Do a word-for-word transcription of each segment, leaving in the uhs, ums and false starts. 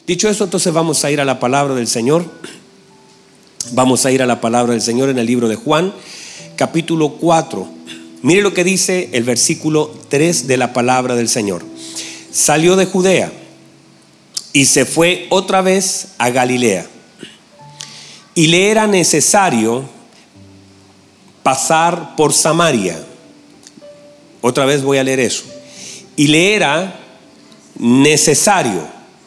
Dicho eso, entonces vamos a ir a la palabra del Señor. Vamos a ir a la palabra del Señor en el libro de Juan, capítulo cuatro. Mire lo que dice el versículo tres de la palabra del Señor. Salió de Judea y se fue otra vez a Galilea. Y le era necesario pasar por Samaria. Otra vez voy a leer eso. Y le era necesario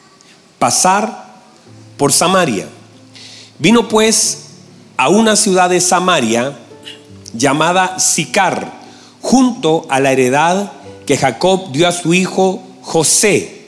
pasar por Samaria. Vino pues a una ciudad de Samaria llamada Sicar, junto a la heredad que Jacob dio a su hijo José.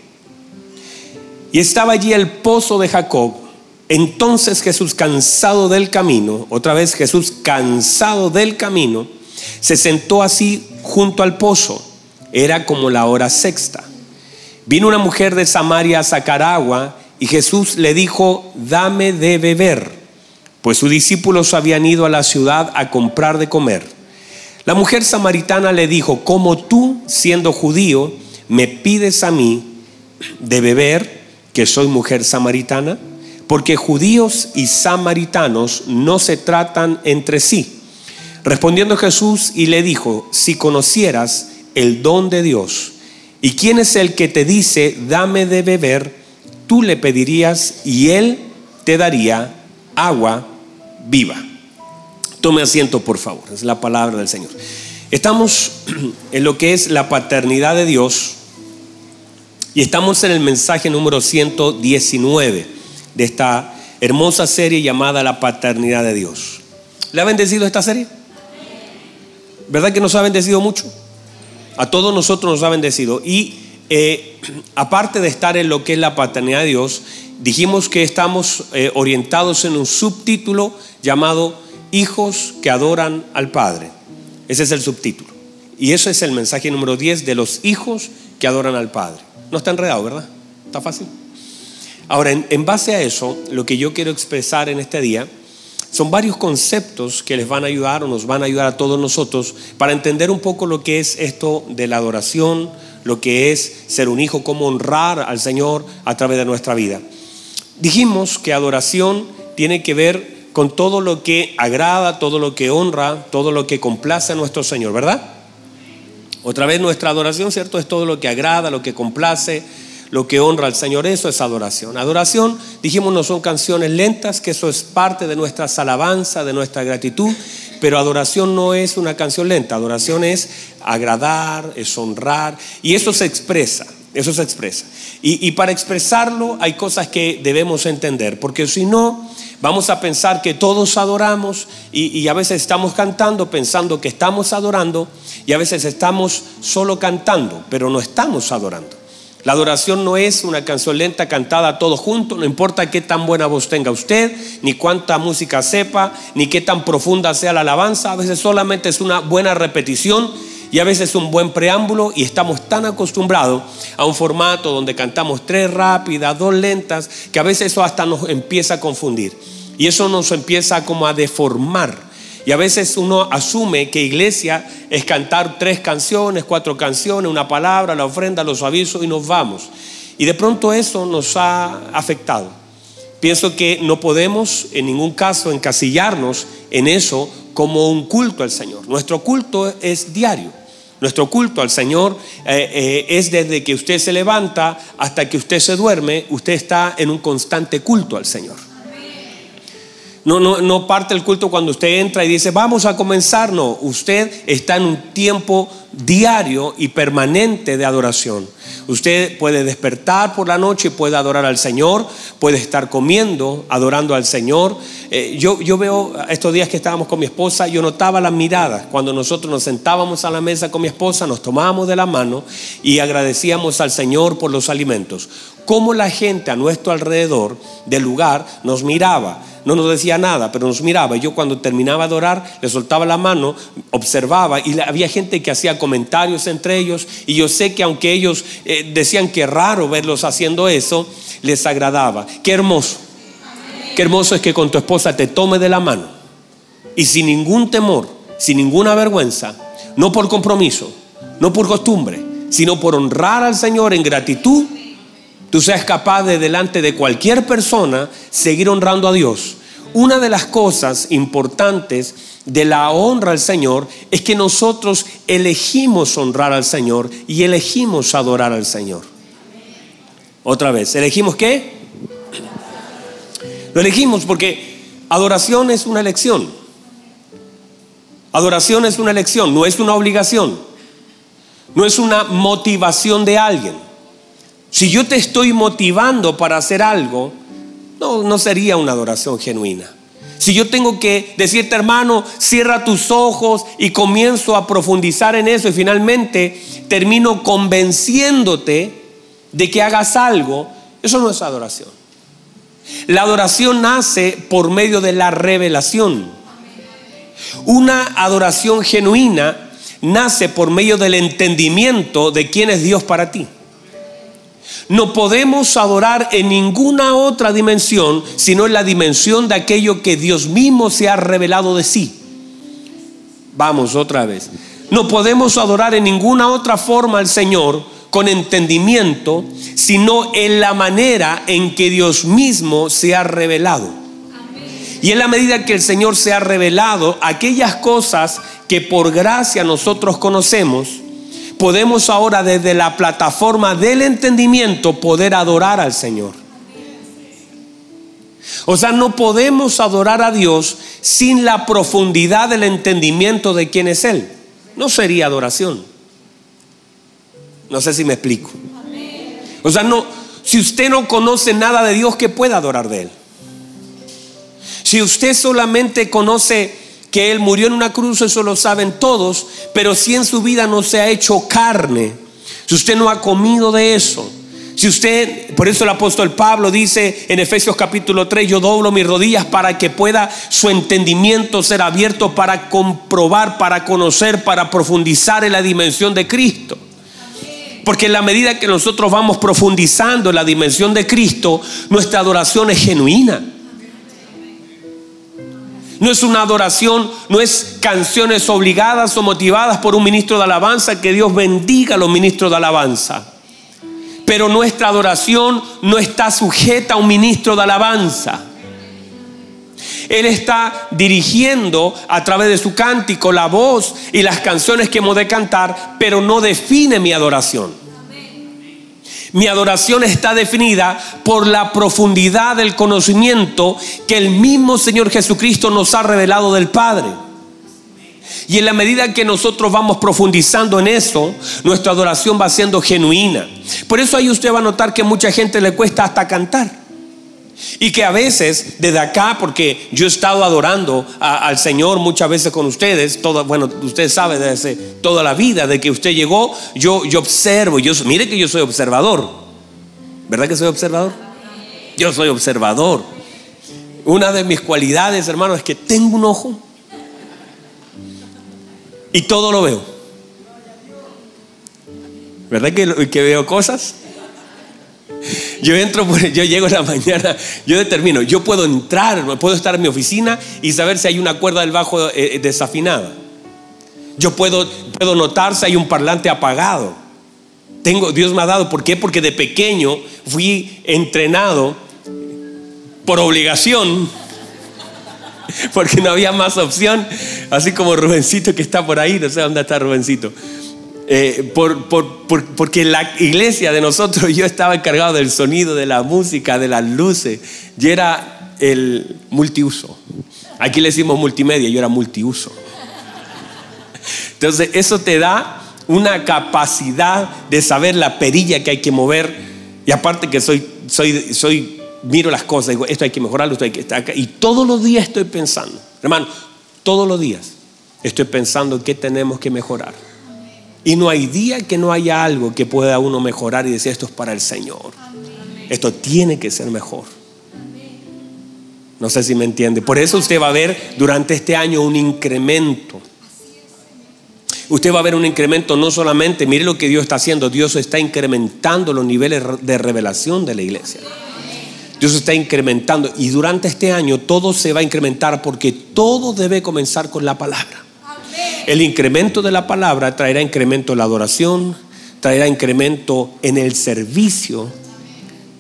Y estaba allí el pozo de Jacob. Entonces Jesús, cansado del camino, otra vez Jesús cansado del camino, se sentó así junto al pozo. Era como la hora sexta. Vino una mujer de Samaria a sacar agua y Jesús le dijo: dame de beber, pues sus discípulos habían ido a la ciudad a comprar de comer. La mujer samaritana le dijo: ¿cómo tú, siendo judío, me pides a mí de beber, que soy mujer samaritana? Porque judíos y samaritanos no se tratan entre sí. Respondiendo Jesús y le dijo: si conocieras el don de Dios y quién es el que te dice dame de beber, tú le pedirías y él te daría agua viva. Tome asiento, por favor. Es la palabra del Señor. Estamos en lo que es la paternidad de Dios y estamos en el mensaje número ciento diecinueve de esta hermosa serie llamada La Paternidad de Dios. ¿Le ha bendecido esta serie? ¿Verdad que nos ha bendecido mucho? A todos nosotros nos ha bendecido. Y eh, aparte de estar en lo que es la paternidad de Dios, dijimos que estamos eh, orientados en un subtítulo llamado Hijos que adoran al Padre. Ese es el subtítulo. Y eso es el mensaje número diez de los hijos que adoran al Padre. No está enredado, ¿verdad? ¿Está fácil? Ahora, en, en base a eso, lo que yo quiero expresar en este día son varios conceptos que les van a ayudar o nos van a ayudar a todos nosotros para entender un poco lo que es esto de la adoración, lo que es ser un hijo, cómo honrar al Señor a través de nuestra vida. Dijimos que adoración tiene que ver con todo lo que agrada, todo lo que honra, todo lo que complace a nuestro Señor, ¿verdad? Otra vez, nuestra adoración, ¿cierto? Es todo lo que agrada, lo que complace, lo que honra al Señor. Eso es adoración. Adoración, dijimos, no son canciones lentas, que eso es parte de nuestras alabanzas, de nuestra gratitud. Pero adoración no es una canción lenta. Adoración es agradar, es honrar. Y eso se expresa, eso se expresa. Y, y para expresarlo hay cosas que debemos entender. Porque si no, vamos a pensar que todos adoramos y, y a veces estamos cantando pensando que estamos adorando y a veces estamos solo cantando, pero no estamos adorando. La adoración no es una canción lenta cantada todos juntos, no importa qué tan buena voz tenga usted, ni cuánta música sepa, ni qué tan profunda sea la alabanza. A veces solamente es una buena repetición y a veces un buen preámbulo, y estamos tan acostumbrados a un formato donde cantamos tres rápidas, dos lentas, que a veces eso hasta nos empieza a confundir y eso nos empieza como a deformar. Y a veces uno asume que iglesia es cantar tres canciones, cuatro canciones, una palabra, la ofrenda, los avisos y nos vamos. Y de pronto eso nos ha afectado. Pienso que no podemos en ningún caso encasillarnos en eso como un culto al Señor. Nuestro culto es diario. Nuestro culto al Señor eh, eh, es desde que usted se levanta hasta que usted se duerme. Usted está en un constante culto al Señor. No, no, no parte el culto cuando usted entra y dice vamos a comenzar. No, usted está en un tiempo diario y permanente de adoración. Usted puede despertar por la noche y puede adorar al Señor, puede estar comiendo, adorando al Señor. Eh, yo, yo veo estos días que estábamos con mi esposa, yo notaba las miradas cuando nosotros nos sentábamos a la mesa con mi esposa, nos tomábamos de la mano y agradecíamos al Señor por los alimentos. Cómo la gente a nuestro alrededor del lugar nos miraba. No nos decía nada, pero nos miraba. Y yo cuando terminaba de orar, le soltaba la mano, observaba, y había gente que hacía comentarios entre ellos. Y yo sé que aunque ellos eh, decían que raro verlos haciendo eso, les agradaba. Qué hermoso. Qué hermoso es que con tu esposa te tome de la mano y sin ningún temor, sin ninguna vergüenza, no por compromiso, no por costumbre, sino por honrar al Señor en gratitud, tú tú seas capaz de delante de cualquier persona seguir honrando a Dios. Una de las cosas importantes de la honra al Señor es que nosotros elegimos honrar al Señor y elegimos adorar al Señor. Otra vez, ¿elegimos qué? Lo elegimos porque adoración es una elección. Adoración es una elección, no es una obligación. No es una motivación de alguien. Si yo te estoy motivando para hacer algo, no, no sería una adoración genuina. Si yo tengo que decirte, hermano, cierra tus ojos, y comienzo a profundizar en eso y finalmente termino convenciéndote de que hagas algo, eso no es adoración. La adoración nace por medio de la revelación. Una adoración genuina nace por medio del entendimiento de quién es Dios para ti. No podemos adorar en ninguna otra dimensión sino en la dimensión de aquello que Dios mismo se ha revelado de sí. Vamos otra vez. No podemos adorar en ninguna otra forma al Señor con entendimiento sino en la manera en que Dios mismo se ha revelado. Y en la medida que el Señor se ha revelado, aquellas cosas que por gracia nosotros conocemos, podemos ahora desde la plataforma del entendimiento poder adorar al Señor. O sea, no podemos adorar a Dios sin la profundidad del entendimiento de quién es Él. No sería adoración. No sé si me explico. O sea, no, si usted no conoce nada de Dios, ¿qué puede adorar de Él? Si usted solamente conoce que Él murió en una cruz, eso lo saben todos, pero si en su vida no se ha hecho carne, si usted no ha comido de eso, si usted, por eso el apóstol Pablo dice en Efesios capítulo tres, yo doblo mis rodillas para que pueda su entendimiento ser abierto para comprobar, para conocer, para profundizar en la dimensión de Cristo. Porque en la medida que nosotros vamos profundizando en la dimensión de Cristo, nuestra adoración es genuina. No es una adoración, no es canciones obligadas o motivadas por un ministro de alabanza. Que Dios bendiga a los ministros de alabanza. Pero nuestra adoración no está sujeta a un ministro de alabanza. Él está dirigiendo a través de su cántico la voz y las canciones que hemos de cantar, pero no define mi adoración. Mi adoración está definida por la profundidad del conocimiento que el mismo Señor Jesucristo nos ha revelado del Padre. Y en la medida que nosotros vamos profundizando en eso, nuestra adoración va siendo genuina. Por eso ahí usted va a notar que a mucha gente le cuesta hasta cantar. Y que a veces desde acá, porque yo he estado adorando a, al Señor muchas veces con ustedes, todo, bueno, usted sabe desde toda la vida, de que usted llegó, yo, yo observo, yo, mire que yo soy observador. ¿Verdad que soy observador? Yo soy observador. Una de mis cualidades, hermano, es que tengo un ojo y todo lo veo. ¿Verdad que, que veo cosas? Yo entro, yo llego en la mañana, yo determino, yo puedo entrar, puedo estar en mi oficina y saber si hay una cuerda del bajo eh, desafinada. Yo puedo, puedo notar si hay un parlante apagado. Tengo, Dios me ha dado, ¿por qué? Porque de pequeño fui entrenado por obligación, porque no había más opción, así como Rubencito que está por ahí, no sé dónde está Rubencito. Eh, por, por, por, porque la iglesia de nosotros, yo estaba encargado del sonido, de la música, de las luces. Yo era el multiuso. Aquí le decimos multimedia, yo era multiuso. Entonces eso te da una capacidad de saber la perilla que hay que mover. Y aparte que soy, soy, soy miro las cosas, digo, esto hay que mejorarlo, esto hay que estar acá. Y todos los días estoy pensando, hermano, todos los días estoy pensando qué tenemos que mejorar. Y no hay día que no haya algo que pueda uno mejorar y decir, esto es para el Señor. Esto tiene que ser mejor. No sé si me entiende. Por eso usted va a ver durante este año un incremento. Usted va a ver un incremento no solamente, mire lo que Dios está haciendo. Dios está incrementando los niveles de revelación de la iglesia. Dios está incrementando. Y durante este año todo se va a incrementar porque todo debe comenzar con la palabra. El incremento de la palabra traerá incremento en la adoración, traerá incremento en el servicio,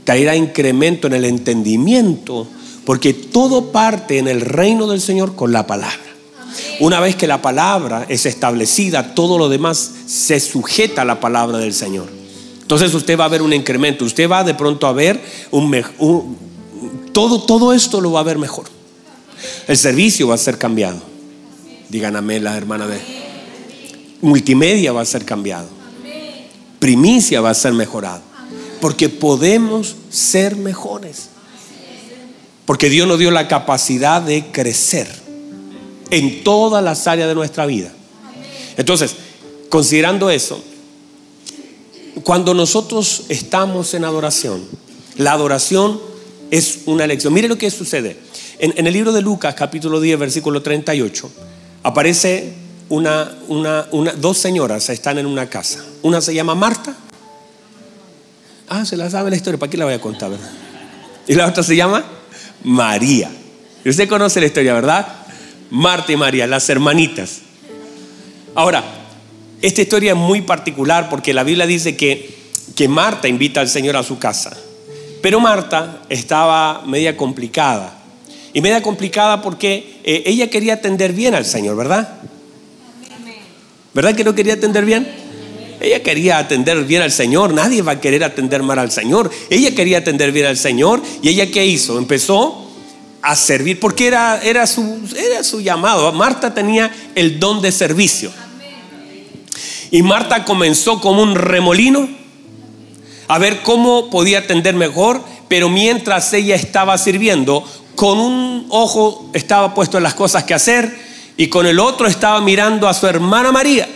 traerá incremento en el entendimiento, porque todo parte en el reino del Señor con la palabra. Una vez que la palabra es establecida, todo lo demás se sujeta a la palabra del Señor. Entonces usted va a ver un incremento, usted va de pronto a ver un, un todo, todo esto lo va a ver mejor. El servicio va a ser cambiado. Digan amén las hermanas de multimedia va a ser cambiado. Primicia va a ser mejorado. Porque podemos ser mejores. Porque Dios nos dio la capacidad de crecer en todas las áreas de nuestra vida. Entonces, considerando eso, cuando nosotros estamos en adoración, la adoración es una elección. Mire lo que sucede. En, en el libro de Lucas, capítulo diez, versículo treinta y ocho, aparece una, una, una, dos señoras están en una casa. Una se llama Marta. Ah, se la sabe la historia, ¿para qué la voy a contar, verdad? Y la otra se llama María. Y usted conoce la historia, ¿verdad? Marta y María, las hermanitas. Ahora, esta historia es muy particular porque la Biblia dice que, que Marta invita al Señor a su casa. Pero Marta estaba media complicada. Y media complicada porque eh, ella quería atender bien al Señor, ¿verdad? ¿Verdad que no quería atender bien? Ella quería atender bien al Señor. Nadie va a querer atender mal al Señor. Ella quería atender bien al Señor. ¿Y ella qué hizo? Empezó a servir porque era, era, su, era su llamado. Marta tenía el don de servicio. Y Marta comenzó como un remolino a ver cómo podía atender mejor. Pero mientras ella estaba sirviendo, con un ojo estaba puesto en las cosas que hacer y con el otro estaba mirando a su hermana María.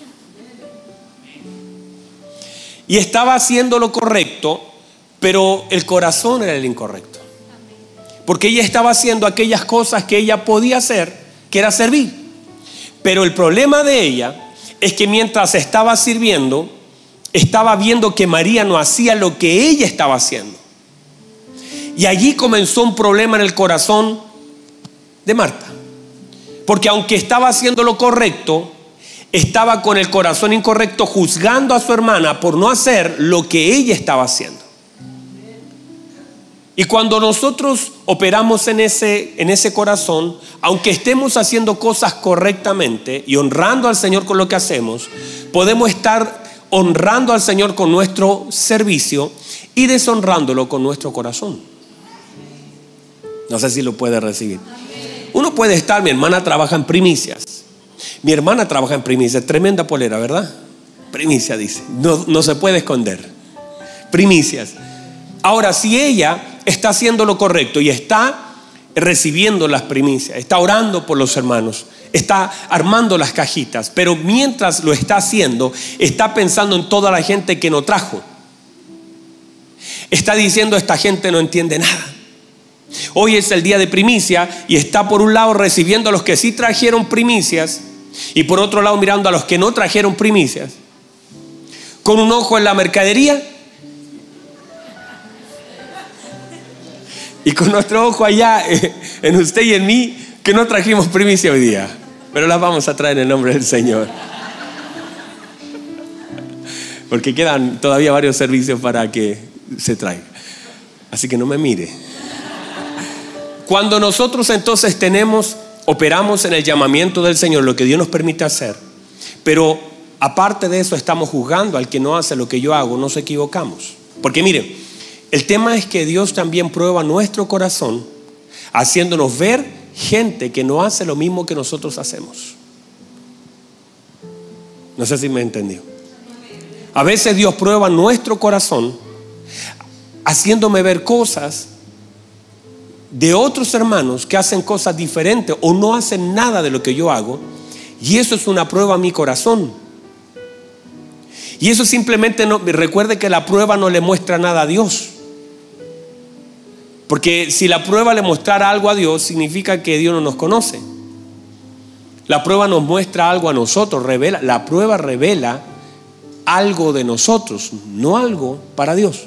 Y estaba haciendo lo correcto, pero el corazón era el incorrecto. Porque ella estaba haciendo aquellas cosas que ella podía hacer, que era servir. Pero el problema de ella es que mientras estaba sirviendo, estaba viendo que María no hacía lo que ella estaba haciendo. Y allí comenzó un problema en el corazón de Marta. Porque aunque estaba haciendo lo correcto, estaba con el corazón incorrecto juzgando a su hermana por no hacer lo que ella estaba haciendo. Y cuando nosotros operamos en ese, en ese corazón, aunque estemos haciendo cosas correctamente y honrando al Señor con lo que hacemos, podemos estar honrando al Señor con nuestro servicio y deshonrándolo con nuestro corazón. No sé si lo puede recibir. Uno puede estar, mi hermana trabaja en primicias. Mi hermana trabaja en primicias, tremenda polera, ¿verdad? Primicia dice, no, no se puede esconder. Primicias. Ahora, si ella está haciendo lo correcto y está recibiendo las primicias, está orando por los hermanos, está armando las cajitas, pero mientras lo está haciendo, está pensando en toda la gente que no trajo. Está diciendo, esta gente no entiende nada. Hoy es el día de primicia y está por un lado recibiendo a los que sí trajeron primicias y por otro lado mirando a los que no trajeron primicias, con un ojo en la mercadería y con nuestro ojo allá en usted y en mí, que no trajimos primicia hoy día, pero las vamos a traer en el nombre del Señor, porque quedan todavía varios servicios para que se traiga. Así que no me mire. Cuando nosotros entonces tenemos, operamos en el llamamiento del Señor, lo que Dios nos permite hacer, pero aparte de eso estamos juzgando al que no hace lo que yo hago, nos equivocamos. Porque miren, el tema es que Dios también prueba nuestro corazón, haciéndonos ver gente que no hace lo mismo que nosotros hacemos. No sé si me entendió. A veces Dios prueba nuestro corazón, haciéndome ver cosas de otros hermanos que hacen cosas diferentes o no hacen nada de lo que yo hago, y eso es una prueba a mi corazón. Y eso simplemente no, recuerde que la prueba no le muestra nada a Dios, porque si la prueba le mostrara algo a Dios, significa que Dios no nos conoce. La prueba nos muestra algo a nosotros, revela, la prueba revela algo de nosotros, no algo para Dios.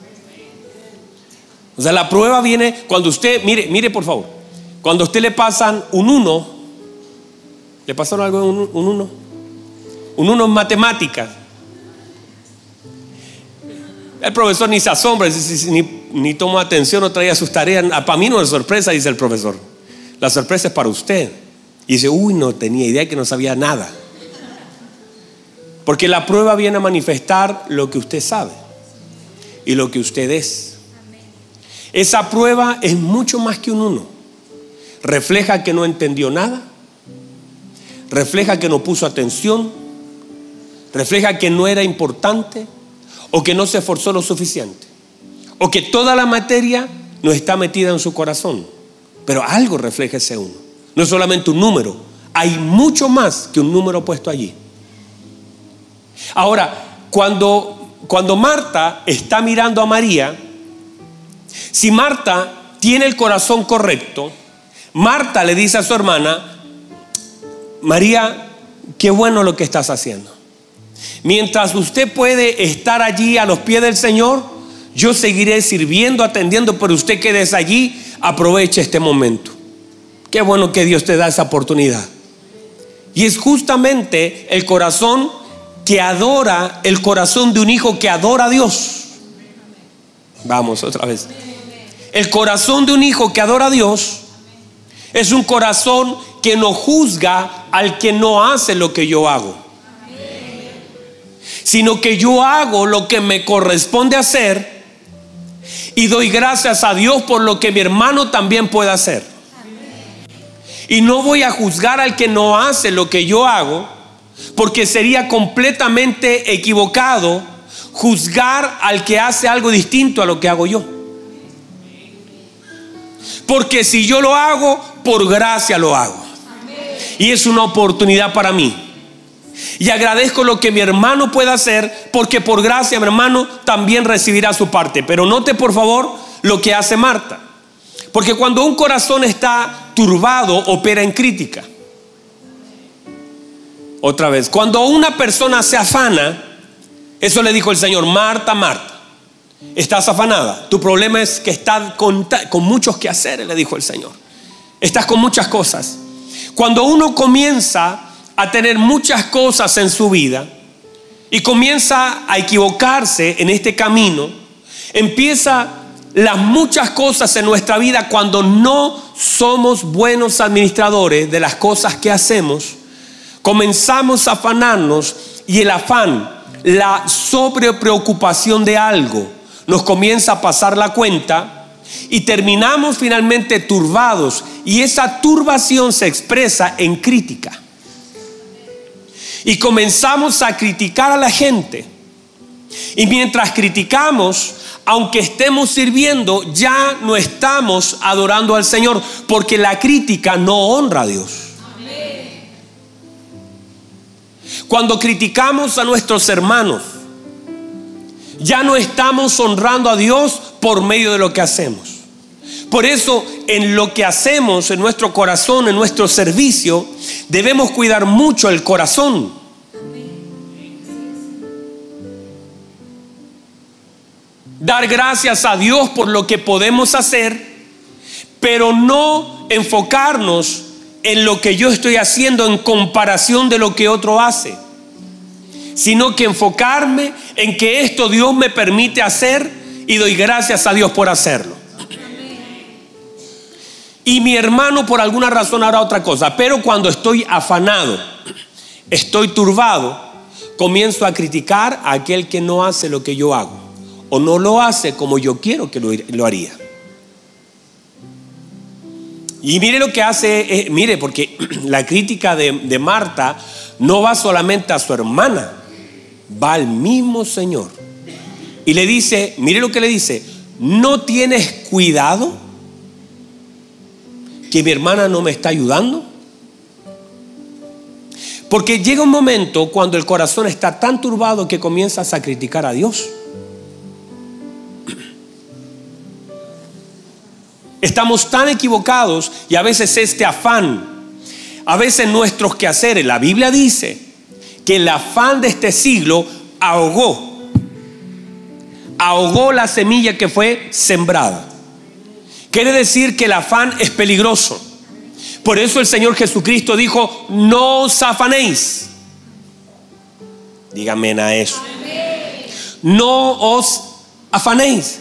O sea, la prueba viene cuando usted, mire, mire por favor, cuando a usted le pasan un uno, ¿le pasaron algo un, un uno? Un uno en matemáticas. El profesor ni se asombra, ni, ni toma atención, no traía sus tareas. Para mí no es sorpresa, dice el profesor. La sorpresa es para usted. Y dice, uy, no tenía idea, que no sabía nada. Porque la prueba viene a manifestar lo que usted sabe y lo que usted es. Esa prueba es mucho más que un uno. Refleja que no entendió nada, refleja que no puso atención, refleja que no era importante, o que no se esforzó lo suficiente, o que toda la materia no está metida en su corazón. Pero algo refleja ese uno. No es solamente un número, hay mucho más que un número puesto allí. Ahora, cuando, cuando Marta está mirando a María, si Marta tiene el corazón correcto, Marta le dice a su hermana, María, qué bueno lo que estás haciendo. Mientras usted puede estar allí a los pies del Señor, yo seguiré sirviendo, atendiendo, pero usted quédese allí, aproveche este momento. Qué bueno que Dios te da esa oportunidad. Y es justamente el corazón que adora, el corazón de un hijo que adora a Dios. Vamos otra vez. El corazón de un hijo que adora a Dios es un corazón que no juzga al que no hace lo que yo hago, sino que yo hago lo que me corresponde hacer y doy gracias a Dios por lo que mi hermano también puede hacer. Y no voy a juzgar al que no hace lo que yo hago, porque sería completamente equivocado juzgar al que hace algo distinto a lo que hago yo. Porque si yo lo hago, por gracia lo hago. Y es una oportunidad para mí. Y agradezco lo que mi hermano pueda hacer, porque por gracia mi hermano también recibirá su parte. Pero note por favor lo que hace Marta. Porque cuando un corazón está turbado, opera en crítica. Otra vez, cuando una persona se afana, eso le dijo el Señor, Marta, Marta, estás afanada. Tu problema es que estás con, con muchos quehaceres, le dijo el Señor. Estás con muchas cosas. Cuando uno comienza a tener muchas cosas en su vida y comienza a equivocarse en este camino, empieza las muchas cosas en nuestra vida cuando no somos buenos administradores de las cosas que hacemos. Comenzamos a afanarnos y el afán, la sobrepreocupación de algo, nos comienza a pasar la cuenta y terminamos finalmente turbados, y esa turbación se expresa en crítica. Y comenzamos a criticar a la gente. Y mientras criticamos, aunque estemos sirviendo, ya no estamos adorando al Señor, porque la crítica no honra a Dios. Amén. Cuando criticamos a nuestros hermanos, ya no estamos honrando a Dios por medio de lo que hacemos. Por eso, en lo que hacemos, en nuestro corazón, en nuestro servicio, debemos cuidar mucho el corazón. Dar gracias a Dios por lo que podemos hacer, pero no enfocarnos en lo que yo estoy haciendo en comparación de lo que otro hace, sino que enfocarme en que esto Dios me permite hacer y doy gracias a Dios por hacerlo. Y mi hermano por alguna razón hará otra cosa, pero cuando estoy afanado, estoy turbado, comienzo a criticar a aquel que no hace lo que yo hago, o no lo hace como yo quiero que lo, lo haría. Y mire lo que hace, eh, mire, porque la crítica de, de Marta no va solamente a su hermana, va al mismo Señor. Y le dice, mire lo que le dice, ¿no tienes cuidado que mi hermana no me está ayudando? Porque llega un momento cuando el corazón está tan turbado que comienzas a criticar a Dios. Estamos tan equivocados y a veces este afán, a veces nuestros quehaceres, la Biblia dice que el afán de este siglo ahogó, ahogó la semilla que fue sembrada. Quiere decir que el afán es peligroso. Por eso el Señor Jesucristo dijo, no os afanéis. Díganme a eso. No os afanéis,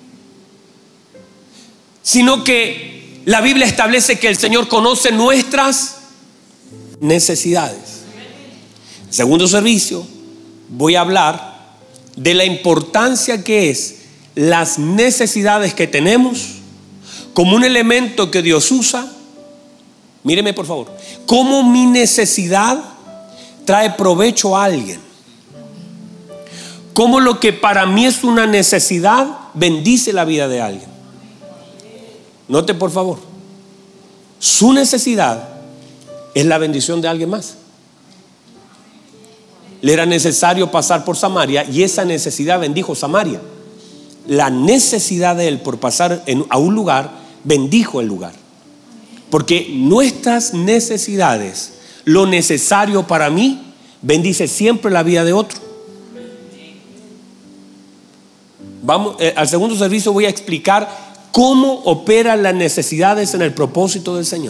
sino que la Biblia establece que el Señor conoce nuestras necesidades. Segundo servicio, voy a hablar de la importancia que es las necesidades que tenemos como un elemento que Dios usa. Míreme por favor, cómo mi necesidad trae provecho a alguien, cómo lo que para mí es una necesidad bendice la vida de alguien. Note por favor, su necesidad es la bendición de alguien más. Le era necesario pasar por Samaria y esa necesidad bendijo Samaria. La necesidad de él por pasar en, a un lugar bendijo el lugar. Porque nuestras necesidades, lo necesario para mí, bendice siempre la vida de otro. Vamos, eh, al segundo servicio voy a explicar cómo operan las necesidades en el propósito del Señor.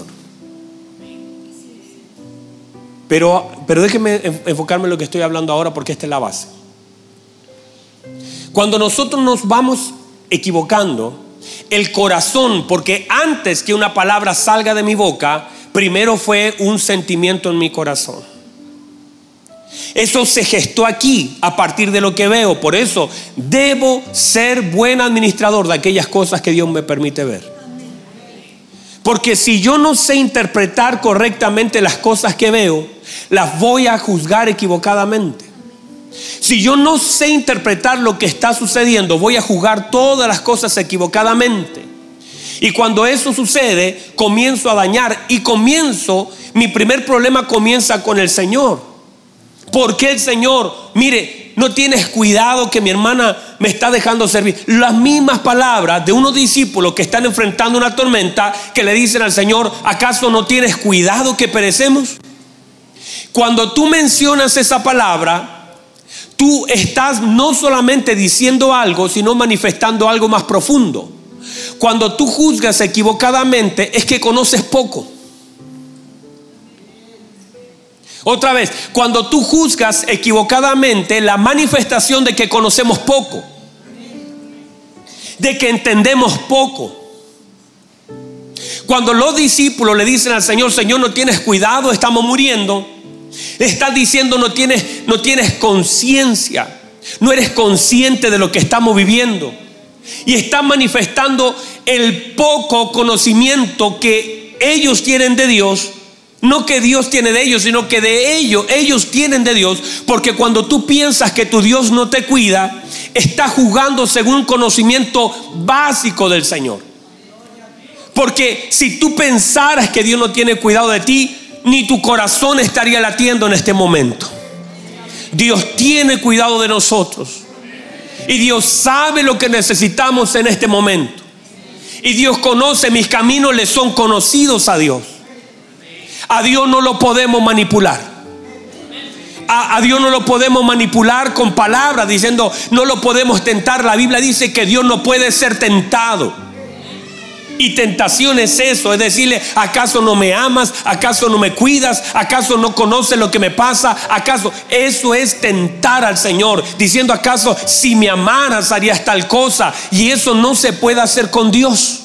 Pero, pero déjenme enfocarme en lo que estoy hablando ahora, porque esta es la base. Cuando nosotros nos vamos equivocando, el corazón, porque antes que una palabra salga de mi boca, primero fue un sentimiento en mi corazón. Eso se gestó aquí a partir de lo que veo. Por eso debo ser buen administrador de aquellas cosas que Dios me permite ver. Porque si yo no sé interpretar correctamente las cosas que veo, las voy a juzgar equivocadamente. Si yo no sé interpretar lo que está sucediendo, voy a juzgar todas las cosas equivocadamente. Y cuando eso sucede, comienzo a dañar y comienzo, mi primer problema comienza con el Señor. ¿Por qué el Señor? Mire, no tienes cuidado que mi hermana me está dejando servir. Las mismas palabras de unos discípulos que están enfrentando una tormenta, que le dicen al Señor: ¿acaso no tienes cuidado que perecemos? Cuando tú mencionas esa palabra, tú estás no solamente diciendo algo, sino manifestando algo más profundo. Cuando tú juzgas equivocadamente, es que conoces poco. Otra vez, cuando tú juzgas equivocadamente, la manifestación de que conocemos poco, de que entendemos poco. Cuando los discípulos le dicen al Señor: Señor, no tienes cuidado, estamos muriendo, le están diciendo: no tienes, no tienes conciencia, no eres consciente de lo que estamos viviendo. Y están manifestando el poco conocimiento que ellos tienen de Dios. No que Dios tiene de ellos, sino que de ellos, ellos tienen de Dios. Porque cuando tú piensas que tu Dios no te cuida, estás jugando según un conocimiento básico del Señor. Porque si tú pensaras que Dios no tiene cuidado de ti, ni tu corazón estaría latiendo en este momento. Dios tiene cuidado de nosotros. Y Dios sabe lo que necesitamos en este momento. Y Dios conoce, mis caminos le son conocidos a Dios. A Dios no lo podemos manipular. A, a Dios no lo podemos manipular con palabras diciendo no lo podemos tentar. La Biblia dice que Dios no puede ser tentado. Y tentación es eso, es decirle: ¿acaso no me amas? ¿Acaso no me cuidas? ¿Acaso no conoces lo que me pasa? ¿Acaso? Eso es tentar al Señor, diciendo: ¿acaso si me amaras harías tal cosa? Y eso no se puede hacer con Dios.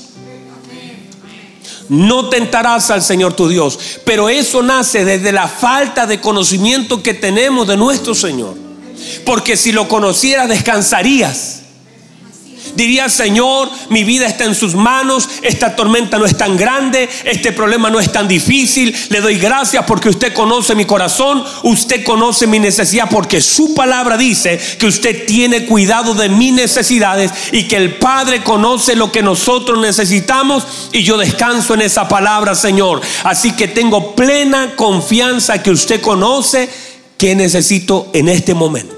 No tentarás al Señor tu Dios. Pero eso nace desde la falta de conocimiento que tenemos de nuestro Señor. Porque si lo conocieras, descansarías. Dirías: Señor, mi vida está en sus manos, esta tormenta no es tan grande, este problema no es tan difícil. Le doy gracias porque usted conoce mi corazón, usted conoce mi necesidad, porque su palabra dice que usted tiene cuidado de mis necesidades y que el Padre conoce lo que nosotros necesitamos, y yo descanso en esa palabra, Señor. Así que tengo plena confianza que usted conoce qué necesito en este momento.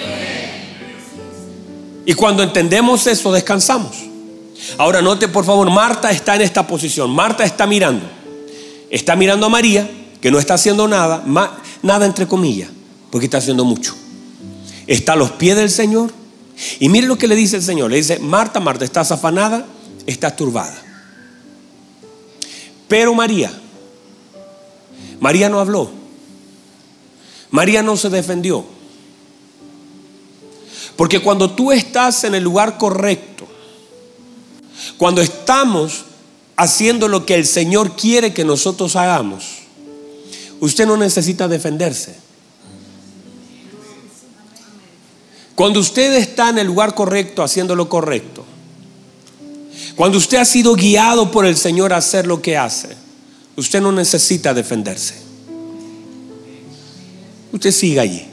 Y cuando entendemos eso, descansamos. Ahora note por favor, Marta está en esta posición. Marta está mirando. Está mirando a María, que no está haciendo nada, ma, nada entre comillas, porque está haciendo mucho. Está a los pies del Señor. Y mire lo que le dice el Señor. Le dice: Marta, Marta, estás afanada, estás turbada. Pero María, María no habló. María no se defendió. Porque cuando tú estás en el lugar correcto, cuando estamos haciendo lo que el Señor quiere que nosotros hagamos, usted no necesita defenderse. Cuando usted está en el lugar correcto, haciendo lo correcto, cuando usted ha sido guiado por el Señor a hacer lo que hace, usted no necesita defenderse. Usted siga allí.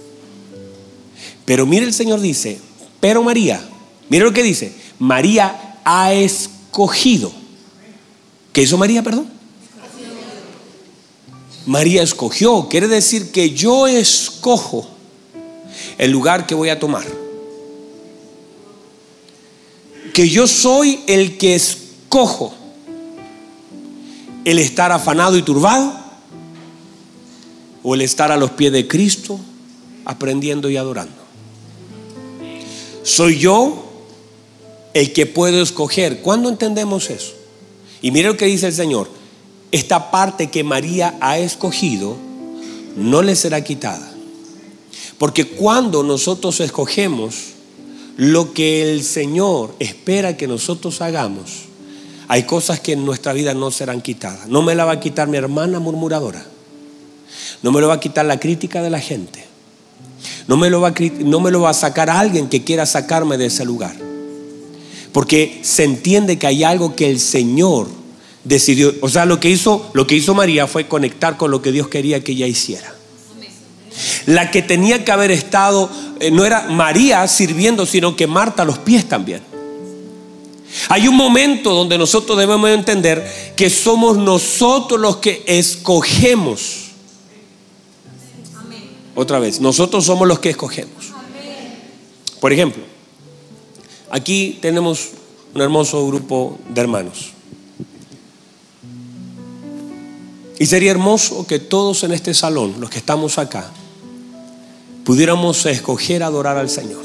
Pero mire, el Señor dice, pero María, mire lo que dice, María ha escogido. ¿Qué hizo María, perdón? María escogió, quiere decir que yo escojo el lugar que voy a tomar. Que yo soy el que escojo el estar afanado y turbado, o el estar a los pies de Cristo aprendiendo y adorando. Soy yo el que puedo escoger. ¿Cuándo entendemos eso? Y mire lo que dice el Señor: esta parte que María ha escogido no le será quitada. Porque cuando nosotros escogemos lo que el Señor espera que nosotros hagamos, hay cosas que en nuestra vida no serán quitadas. No me la va a quitar mi hermana murmuradora, no me lo va a quitar la crítica de la gente, no me lo va a, no me lo va a sacar a alguien que quiera sacarme de ese lugar. Porque se entiende que hay algo que el Señor decidió. O sea, lo que hizo, lo que hizo María fue conectar con lo que Dios quería que ella hiciera. La que tenía que haber estado eh, no era María sirviendo, sino que Marta a los pies también. Hay un momento donde nosotros debemos entender que somos nosotros los que escogemos. Amén. Otra vez, nosotros somos los que escogemos. Amén. Por ejemplo, aquí tenemos un hermoso grupo de hermanos. Y sería hermoso que todos en este salón, los que estamos acá, pudiéramos escoger adorar al Señor.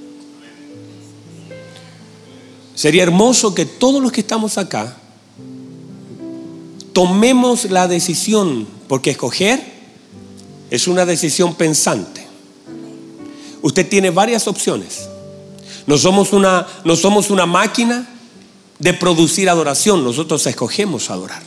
Sería hermoso que todos los que estamos acá tomemos la decisión, porque escoger es una decisión pensante. Usted tiene varias opciones. No somos una, no somos una máquina de producir adoración. Nosotros escogemos adorar.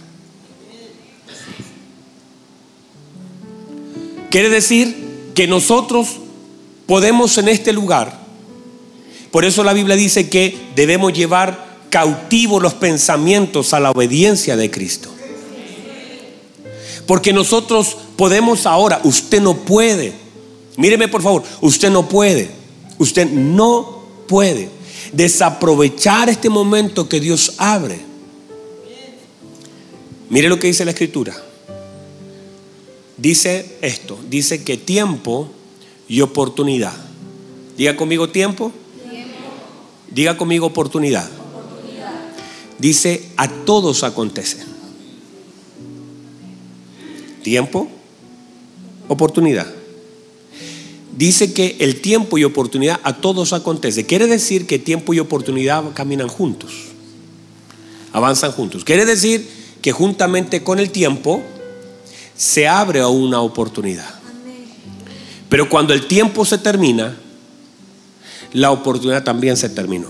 Quiere decir que nosotros podemos en este lugar. Por eso la Biblia dice que debemos llevar cautivos los pensamientos a la obediencia de Cristo. Porque nosotros podemos ahora. Usted no puede. Míreme por favor. Usted no puede. Usted no puede desaprovechar este momento que Dios abre. Mire lo que dice la Escritura. Dice esto. Dice que tiempo y oportunidad. Diga conmigo tiempo. Diga conmigo oportunidad. Oportunidad. Dice a todos acontece. Tiempo, oportunidad. Dice que el tiempo y oportunidad a todos acontece. Quiere decir que tiempo y oportunidad caminan juntos, avanzan juntos. Quiere decir que juntamente con el tiempo se abre a una oportunidad. Pero cuando el tiempo se termina, la oportunidad también se terminó.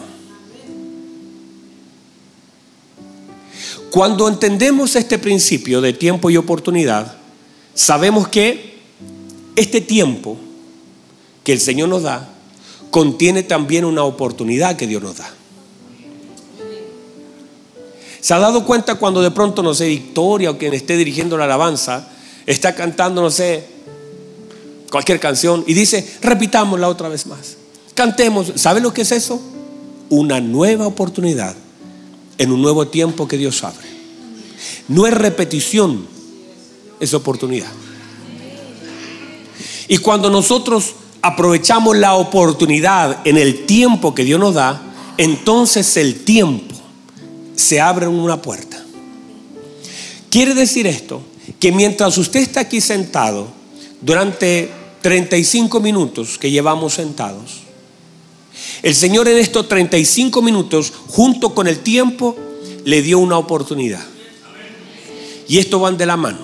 Cuando entendemos este principio de tiempo y oportunidad, sabemos que este tiempo que el Señor nos da contiene también una oportunidad que Dios nos da. ¿Se ha dado cuenta cuando de pronto, no sé, Victoria o quien esté dirigiendo la alabanza está cantando, no sé, cualquier canción y dice, repitámosla otra vez más? Cantemos. ¿Sabe lo que es eso? Una nueva oportunidad en un nuevo tiempo que Dios abre. No es repetición, es oportunidad. Y cuando nosotros aprovechamos la oportunidad en el tiempo que Dios nos da, entonces el tiempo se abre en una puerta. Quiere decir esto, que mientras usted está aquí sentado durante treinta y cinco minutos que llevamos sentados, el Señor en estos treinta y cinco minutos, junto con el tiempo, le dio una oportunidad. Y esto van de la mano.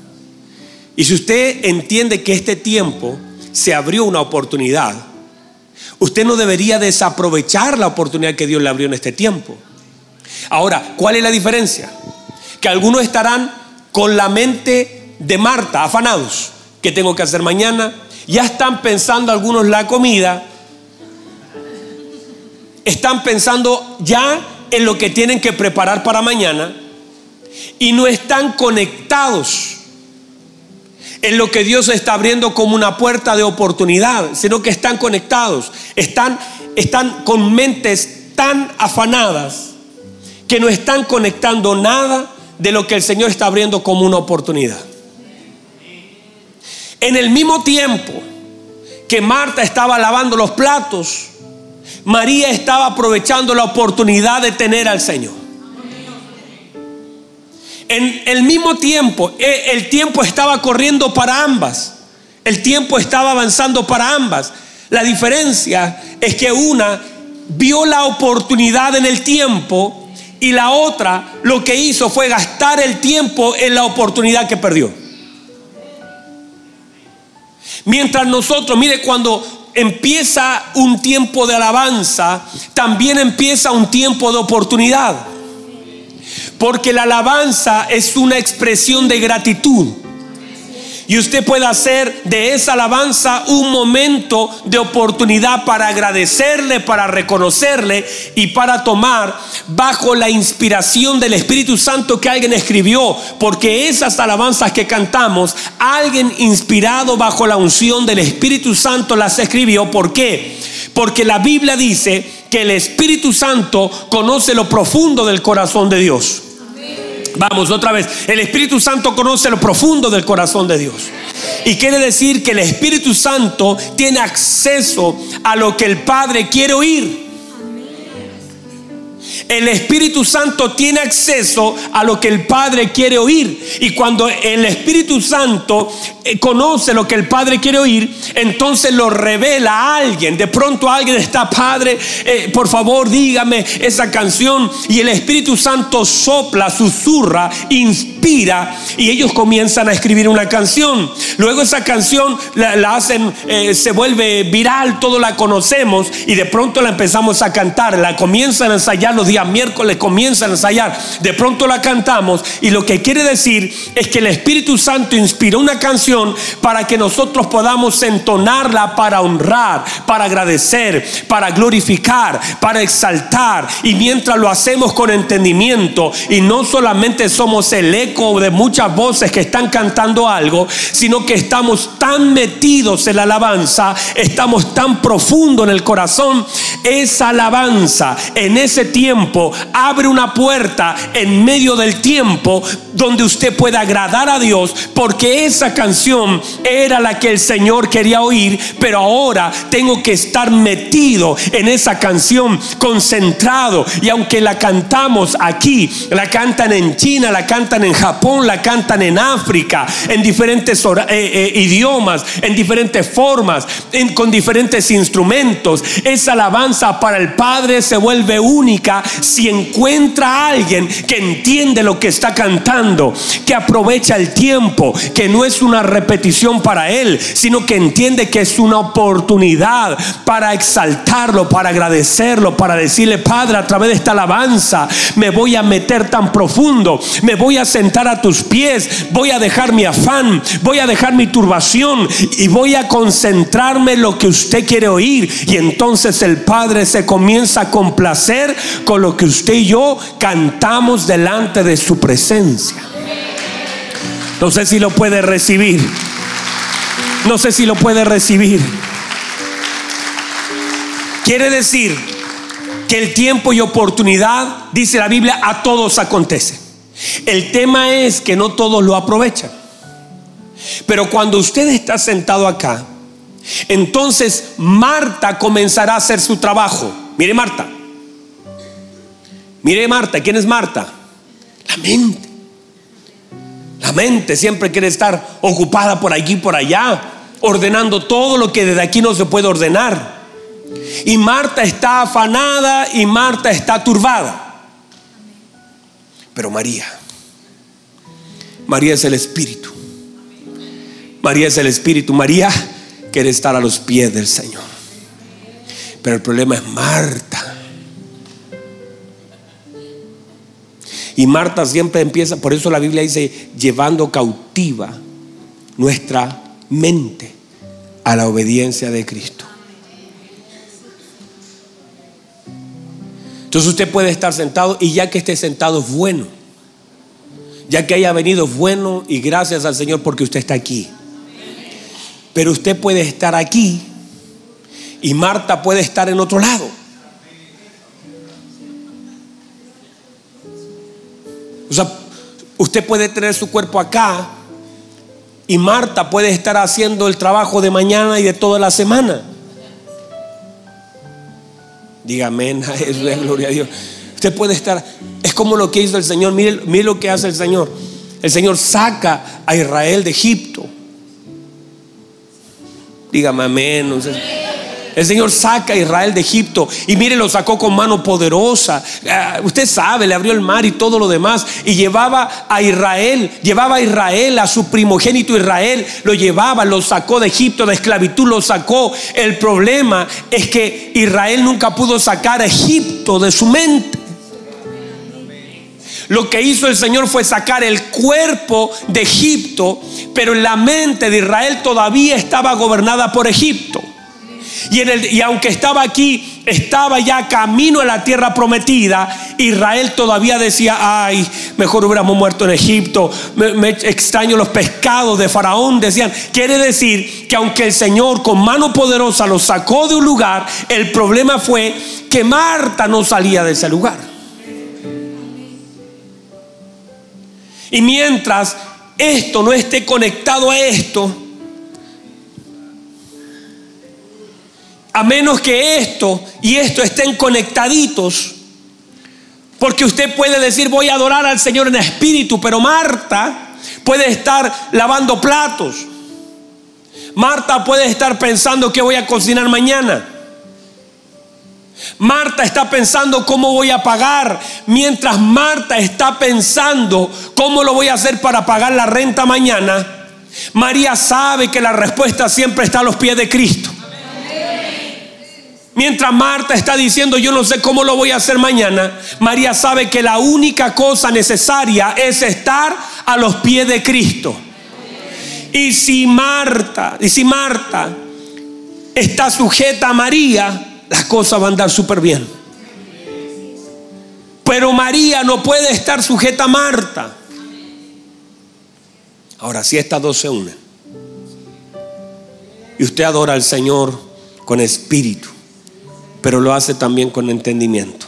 Y si usted entiende que este tiempo se abrió una oportunidad, Usted no debería desaprovechar la oportunidad que Dios le abrió en este tiempo. Ahora, ¿cuál es la diferencia? Que algunos estarán con la mente de Marta, afanados. ¿Qué tengo que hacer mañana? Ya están pensando algunos la comida. Están pensando ya en lo que tienen que preparar para mañana. Y no están conectados en lo que Dios está abriendo como una puerta de oportunidad, sino que están conectados. Están, están con mentes tan afanadas que no están conectando nada de lo que el Señor está abriendo como una oportunidad. En el mismo tiempo que Marta estaba lavando los platos, María estaba aprovechando la oportunidad de tener al Señor. En el mismo tiempo, el tiempo estaba corriendo para ambas. El tiempo estaba avanzando para ambas. La diferencia es que una vio la oportunidad en el tiempo y la otra lo que hizo fue gastar el tiempo en la oportunidad que perdió. Mientras nosotros, mire, cuando empieza un tiempo de alabanza, también empieza un tiempo de oportunidad. Porque la alabanza es una expresión de gratitud. Y usted puede hacer de esa alabanza un momento de oportunidad para agradecerle, para reconocerle y para tomar bajo la inspiración del Espíritu Santo que alguien escribió. Porque esas alabanzas que cantamos, alguien inspirado bajo la unción del Espíritu Santo las escribió. ¿Por qué? Porque la Biblia dice que el Espíritu Santo conoce lo profundo del corazón de Dios. Vamos, otra vez. El Espíritu Santo conoce lo profundo del corazón de Dios. Y quiere decir que el Espíritu Santo tiene acceso a lo que el Padre quiere oír. El Espíritu Santo tiene acceso a lo que el Padre quiere oír. Y cuando el Espíritu Santo conoce lo que el Padre quiere oír, entonces lo revela a alguien. De pronto alguien está: Padre, eh, por favor dígame esa canción. Y el Espíritu Santo sopla, susurra, inspira, y ellos comienzan a escribir una canción. Luego esa canción la, la hacen, eh, se vuelve viral, todos la conocemos, y de pronto la empezamos a cantar. La comienzan a ensayar los días miércoles, comienzan a ensayar, de pronto la cantamos. Y lo que quiere decir es que el Espíritu Santo inspiró una canción para que nosotros podamos entonarla para honrar, para agradecer, para glorificar, para exaltar. Y mientras lo hacemos con entendimiento, y no solamente somos el eco de muchas voces que están cantando algo, sino que estamos tan metidos en la alabanza, estamos tan profundo en el corazón. Esa alabanza en ese tiempo abre una puerta en medio del tiempo donde usted pueda agradar a Dios, porque esa canción era la que el Señor quería oír. Pero ahora tengo que estar metido en esa canción, concentrado. Y aunque la cantamos aquí, la cantan en China, la cantan en Japón, la cantan en África, en diferentes eh, eh, idiomas, en diferentes formas, en, con diferentes instrumentos, esa alabanza para el Padre se vuelve única si encuentra a alguien que entiende lo que está cantando, que aprovecha el tiempo, que no es una repetición para él, sino que entiende que es una oportunidad para exaltarlo, para agradecerlo, para decirle: Padre, a través de esta alabanza me voy a meter tan profundo, me voy a sentar a tus pies, voy a dejar mi afán, voy a dejar mi turbación y voy a concentrarme en lo que usted quiere oír. Y entonces el Padre se comienza a complacer con lo que usted y yo cantamos delante de su presencia. No sé si lo puede recibir. No sé si lo puede recibir. Quiere decir que el tiempo y oportunidad, dice la Biblia, a todos acontece. El tema es que no todos lo aprovechan. Pero cuando usted está sentado acá, entonces Marta comenzará a hacer su trabajo. Mire Marta. Mire Marta. ¿Quién es Marta? La mente. La mente siempre quiere estar ocupada por aquí y por allá, ordenando todo lo que desde aquí no se puede ordenar. Y Marta está afanada y Marta está turbada. Pero María, María es el Espíritu. María es el Espíritu. María quiere estar a los pies del Señor. Pero el problema es Marta. Y Marta siempre empieza, por eso la Biblia dice, llevando cautiva nuestra mente a la obediencia de Cristo. Entonces usted puede estar sentado, y ya que esté sentado es bueno, ya que haya venido es bueno, y gracias al Señor porque usted está aquí. Pero usted puede estar aquí y Marta puede estar en otro lado. O sea, usted puede tener su cuerpo acá y Marta puede estar haciendo el trabajo de mañana y de toda la semana. Dígame, eso es gloria a Dios. Usted puede estar, es como lo que hizo el Señor. Mire, mire lo que hace el Señor. El Señor saca a Israel de Egipto. Dígame amén. No sé. El Señor saca a Israel de Egipto y mire, lo sacó con mano poderosa. Uh, usted sabe, le abrió el mar y todo lo demás. Y llevaba a Israel, llevaba a Israel, a su primogénito Israel, lo llevaba, lo sacó de Egipto, de esclavitud, lo sacó. El problema es que Israel nunca pudo sacar a Egipto de su mente. Lo que hizo el Señor fue sacar el cuerpo de Egipto, pero la mente de Israel todavía estaba gobernada por Egipto. Y, en el, y aunque estaba aquí, estaba ya camino a la tierra prometida, Israel todavía decía: ay, mejor hubiéramos muerto en Egipto, me, me extraño los pescados de Faraón. Decían, quiere decir que aunque el Señor con mano poderosa los sacó de un lugar, el problema fue que Marta no salía de ese lugar. Y mientras esto no esté conectado a esto, a menos que esto y esto estén conectaditos, porque usted puede decir voy a adorar al Señor en espíritu, pero Marta puede estar lavando platos. Marta puede estar pensando qué voy a cocinar mañana. Marta está pensando cómo voy a pagar. Mientras Marta está pensando cómo lo voy a hacer para pagar la renta mañana, María sabe que la respuesta siempre está a los pies de Cristo. Mientras Marta está diciendo yo no sé cómo lo voy a hacer mañana, María sabe que la única cosa necesaria es estar a los pies de Cristo. Y si Marta, y si Marta está sujeta a María, las cosas van a andar súper bien. Pero María no puede estar sujeta a Marta. Ahora, si estas dos se unen y usted adora al Señor con espíritu, pero lo hace también con entendimiento.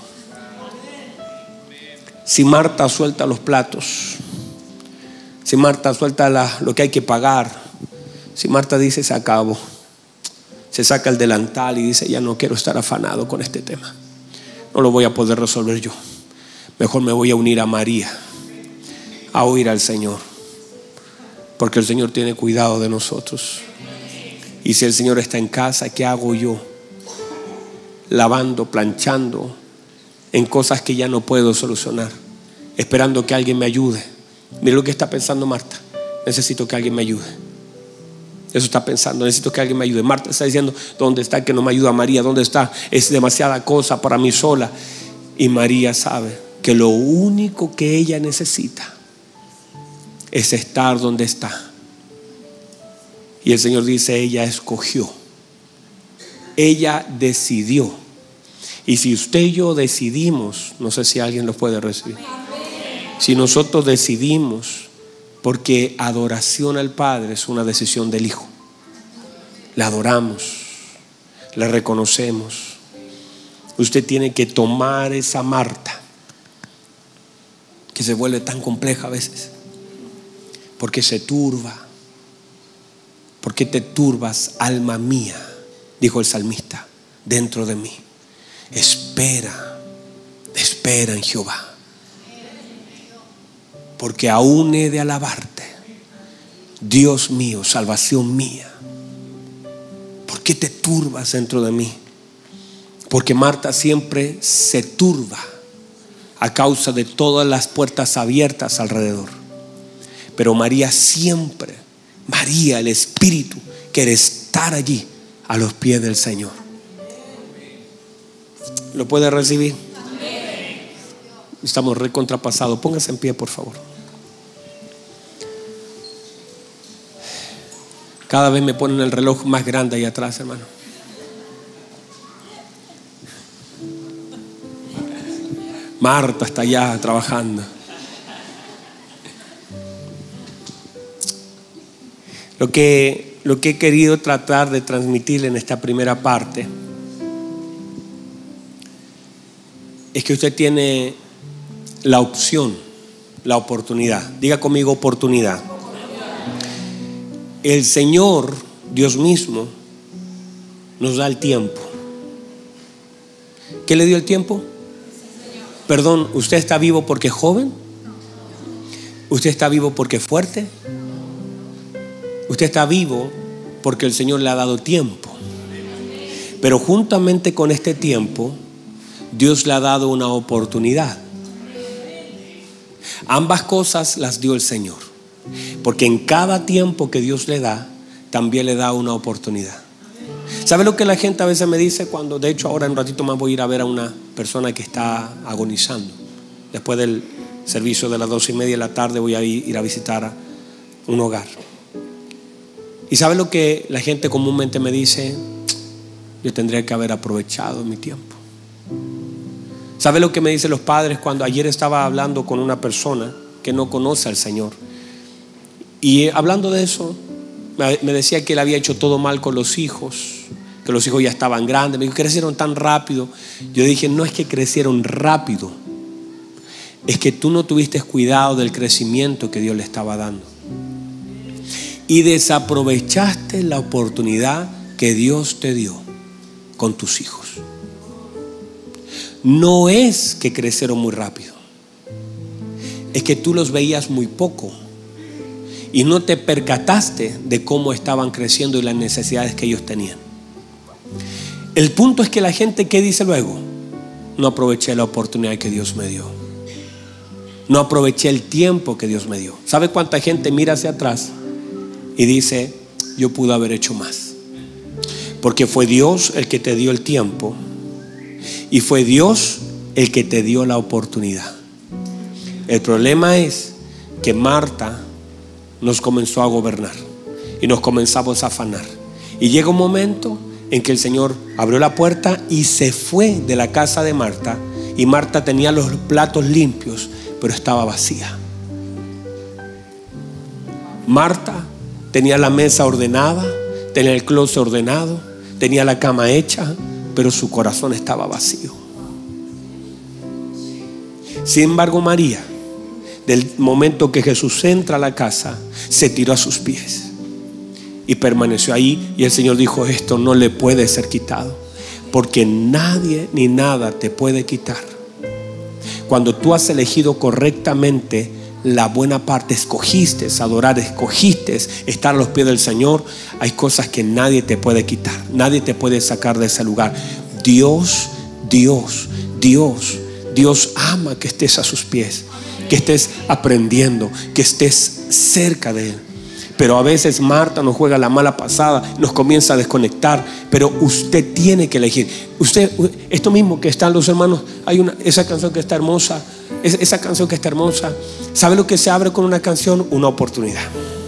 Si Marta suelta los platos, si Marta suelta la, lo que hay que pagar, si Marta dice se acabó, se saca el delantal y dice ya no quiero estar afanado con este tema, no lo voy a poder resolver yo, mejor me voy a unir a María, a oír al Señor, porque el Señor tiene cuidado de nosotros. Y si el Señor está en casa, ¿qué hago yo? Lavando, planchando en cosas que ya no puedo solucionar, esperando que alguien me ayude. Mire lo que está pensando Marta: necesito que alguien me ayude. Eso está pensando, necesito que alguien me ayude. Marta está diciendo, ¿dónde está que no me ayuda María? ¿Dónde está? Es demasiada cosa para mí sola. Y María sabe que lo único que ella necesita es estar donde está. Y el Señor dice, ella escogió, ella decidió. Y si usted y yo decidimos, no sé si alguien lo puede recibir. Si nosotros decidimos, porque adoración al Padre es una decisión del Hijo. Le adoramos, le reconocemos. Usted tiene que tomar esa Marta, que se vuelve tan compleja a veces, porque se turba. ¿Por qué te turbas, alma mía?, dijo el salmista, dentro de mí. Espera, espera en Jehová, porque aún he de alabarte, Dios mío, salvación mía. ¿Por qué te turbas dentro de mí? Porque Marta siempre se turba a causa de todas las puertas abiertas alrededor. Pero María siempre, María, el Espíritu, quiere estar allí a los pies del Señor. ¿Lo puede recibir? Estamos recontrapasados. Póngase en pie, por favor. Cada vez me ponen el reloj más grande ahí atrás, hermano. Marta está allá trabajando. Lo que, lo que he querido tratar de transmitirle en esta primera parte es que usted tiene la opción, la oportunidad. Diga conmigo, oportunidad. El Señor, Dios mismo, nos da el tiempo. ¿Qué le dio el tiempo? Perdón, ¿usted está vivo porque es joven? ¿Usted está vivo porque es fuerte? Usted está vivo porque el Señor le ha dado tiempo. Pero juntamente con este tiempo, Dios le ha dado una oportunidad. Ambas cosas las dio el Señor, porque en cada tiempo que Dios le da, también le da una oportunidad. ¿Sabe lo que la gente a veces me dice cuando, de hecho ahora en un ratito más voy a ir a ver a una persona que está agonizando? Después del servicio de las doce y media de la tarde voy a ir a visitar a un hogar. ¿Y sabe lo que la gente comúnmente me dice? Yo tendría que haber aprovechado mi tiempo. ¿Sabe lo que me dicen los padres cuando ayer estaba hablando con una persona que no conoce al Señor? Y hablando de eso, me decía que él había hecho todo mal con los hijos, que los hijos ya estaban grandes. Me dijo, crecieron tan rápido. Yo dije, no es que crecieron rápido, es que tú no tuviste cuidado del crecimiento que Dios le estaba dando y desaprovechaste la oportunidad que Dios te dio con tus hijos. No es que crecieron muy rápido, es que tú los veías muy poco y no te percataste de cómo estaban creciendo y las necesidades que ellos tenían. El punto es que la gente, ¿qué dice luego? No aproveché la oportunidad que Dios me dio. No aproveché el tiempo que Dios me dio. ¿Sabe cuánta gente mira hacia atrás y dice, yo pude haber hecho más? Porque fue Dios el que te dio el tiempo y fue Dios el que te dio la oportunidad. El problema es que Marta nos comenzó a gobernar y nos comenzamos a afanar. Y llega un momento en que el Señor abrió la puerta y se fue de la casa de Marta. Y Marta tenía los platos limpios, pero estaba vacía. Marta tenía la mesa ordenada, tenía el closet ordenado, tenía la cama hecha, pero su corazón estaba vacío. Sin embargo, María, del momento que Jesús entra a la casa, se tiró a sus pies y permaneció ahí. Y el Señor dijo, esto no le puede ser quitado, porque nadie ni nada te puede quitar. Cuando tú has elegido correctamente la buena parte, escogiste adorar, escogiste estar a los pies del Señor, hay cosas que nadie te puede quitar, nadie te puede sacar de ese lugar. Dios, Dios, Dios, Dios ama que estés a sus pies, que estés aprendiendo, que estés cerca de Él. Pero a veces Marta nos juega la mala pasada, nos comienza a desconectar. Pero usted tiene que elegir. Usted, esto mismo que están los hermanos, hay una, esa canción que está hermosa, esa, esa canción que está hermosa. ¿Sabe lo que se abre con una canción? Una oportunidad.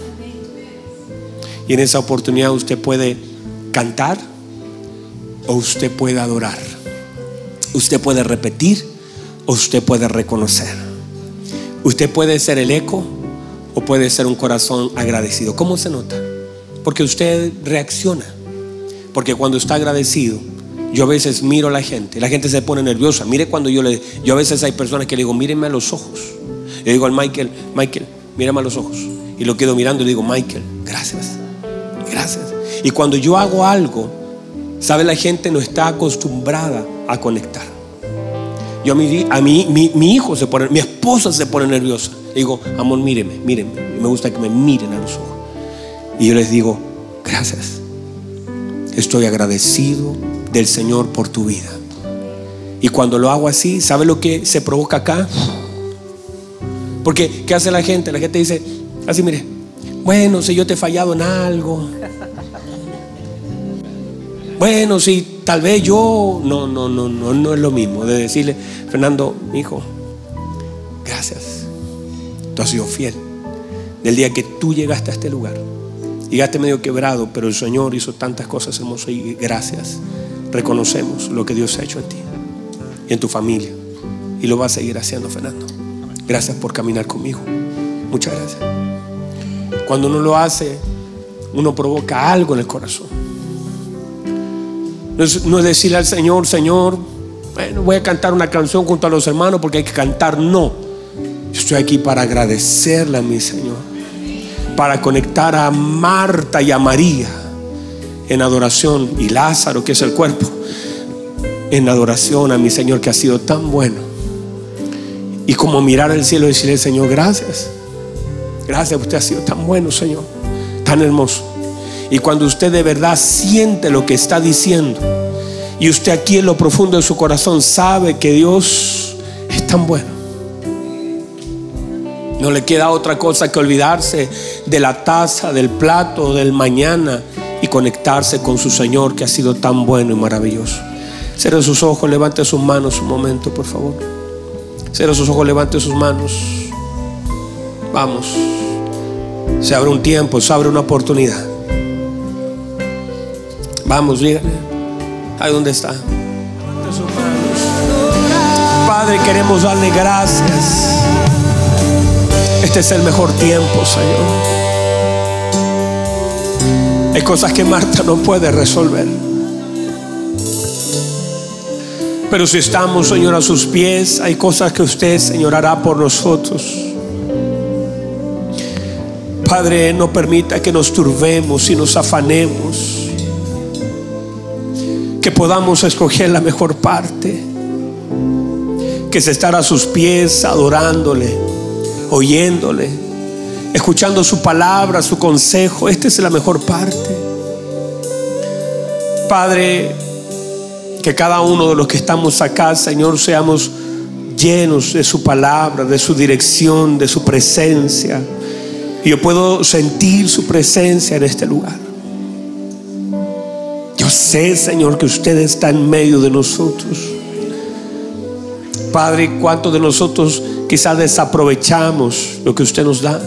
Y en esa oportunidad usted puede cantar o usted puede adorar. Usted puede repetir o usted puede reconocer. Usted puede ser el eco o puede ser un corazón agradecido. ¿Cómo se nota? Porque usted reacciona. Porque cuando está agradecido, yo a veces miro a la gente, la gente se pone nerviosa. Mire cuando yo le, yo a veces hay personas que le digo, mírenme a los ojos. Le digo al Michael, Michael, mírame a los ojos. Y lo quedo mirando y le digo, Michael, gracias, gracias. Y cuando yo hago algo, sabe, la gente no está acostumbrada a conectar. Yo a mí, a mí mi, mi hijo se pone, mi esposa se pone nerviosa. Le digo, amor, míreme, mírenme. Me gusta que me miren a los ojos. Y yo les digo, gracias. Estoy agradecido del Señor por tu vida. Y cuando lo hago así, ¿sabe lo que se provoca acá? Porque ¿qué hace la gente? La gente dice así, mire, bueno, si yo te he fallado en algo, bueno, si tal vez yo, no, no, no, no, no es lo mismo de decirle, Fernando, hijo, gracias, tú has sido fiel. Del día que tú llegaste a este lugar, llegaste medio quebrado, pero el Señor hizo tantas cosas hermosas y gracias. Reconocemos lo que Dios ha hecho en ti y en tu familia, y lo va a seguir haciendo, Fernando. Gracias por caminar conmigo. Muchas gracias. Cuando uno lo hace, uno provoca algo en el corazón. No es, no es decirle al Señor, Señor, bueno, voy a cantar una canción junto a los hermanos porque hay que cantar. No, yo estoy aquí para agradecerle a mi Señor, para conectar a Marta y a María en adoración, y Lázaro, que es el cuerpo, en adoración a mi Señor, que ha sido tan bueno. Y como mirar al cielo y decirle, Señor, gracias, gracias, usted ha sido tan bueno, Señor, tan hermoso. Y cuando usted de verdad siente lo que está diciendo, y usted aquí en lo profundo de su corazón sabe que Dios es tan bueno, no le queda otra cosa que olvidarse de la taza, del plato, del mañana, y conectarse con su Señor, que ha sido tan bueno y maravilloso. Cierre sus ojos, levante sus manos un momento, por favor. Cierre sus ojos, levante sus manos. Vamos. Se abre un tiempo, se abre una oportunidad. Vamos, dígale. Ahí donde está. Levante sus manos. Padre, queremos darle gracias. Este es el mejor tiempo, Señor. Hay cosas que Marta no puede resolver, pero si estamos, Señor, a sus pies, hay cosas que usted, Señor, hará por nosotros. Padre, no permita que nos turbemos y nos afanemos, que podamos escoger la mejor parte, que es estar a sus pies adorándole, oyéndole, escuchando su palabra, su consejo. Esta es la mejor parte. Padre, que cada uno de los que estamos acá, Señor, seamos llenos de su palabra, de su dirección, de su presencia. Y yo puedo sentir su presencia en este lugar. Yo sé, Señor, que usted está en medio de nosotros. Padre, ¿cuántos de nosotros quizás desaprovechamos lo que usted nos da?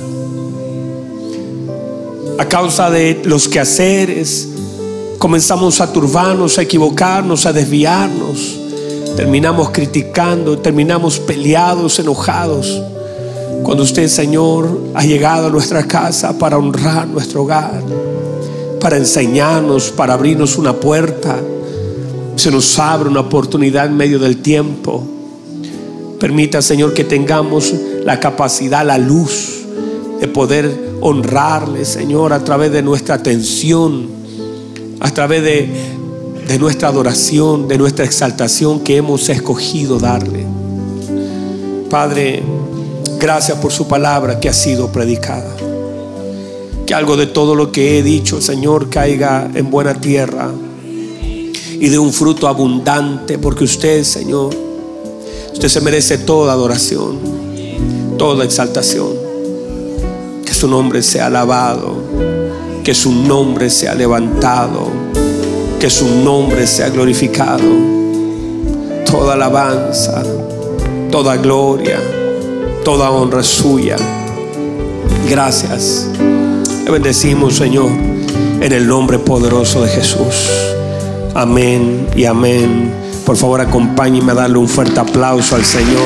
A causa de los quehaceres, comenzamos a turbarnos, a equivocarnos, a desviarnos. Terminamos criticando, terminamos peleados, enojados. Cuando usted, Señor, ha llegado a nuestra casa para honrar nuestro hogar, para enseñarnos, para abrirnos una puerta, se nos abre una oportunidad en medio del tiempo. Permita, Señor, que tengamos la capacidad, la luz de poder honrarle, Señor, a través de nuestra atención, a través de, de nuestra adoración, de nuestra exaltación que hemos escogido darle. Padre, gracias por su palabra que ha sido predicada. Que algo de todo lo que he dicho, Señor, caiga en buena tierra y dé un fruto abundante, porque usted, Señor, usted se merece toda adoración, toda exaltación. Que su nombre sea alabado, que su nombre sea levantado, que su nombre sea glorificado. Toda alabanza, toda gloria, toda honra es suya. Gracias. Le bendecimos, Señor, en el nombre poderoso de Jesús. Amén y amén. Por favor, acompáñenme a darle un fuerte aplauso al Señor.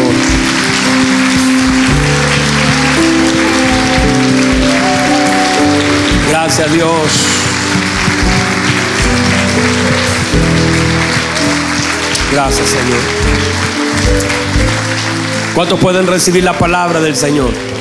Gracias, Dios. Gracias, Señor. ¿Cuántos pueden recibir la palabra del Señor?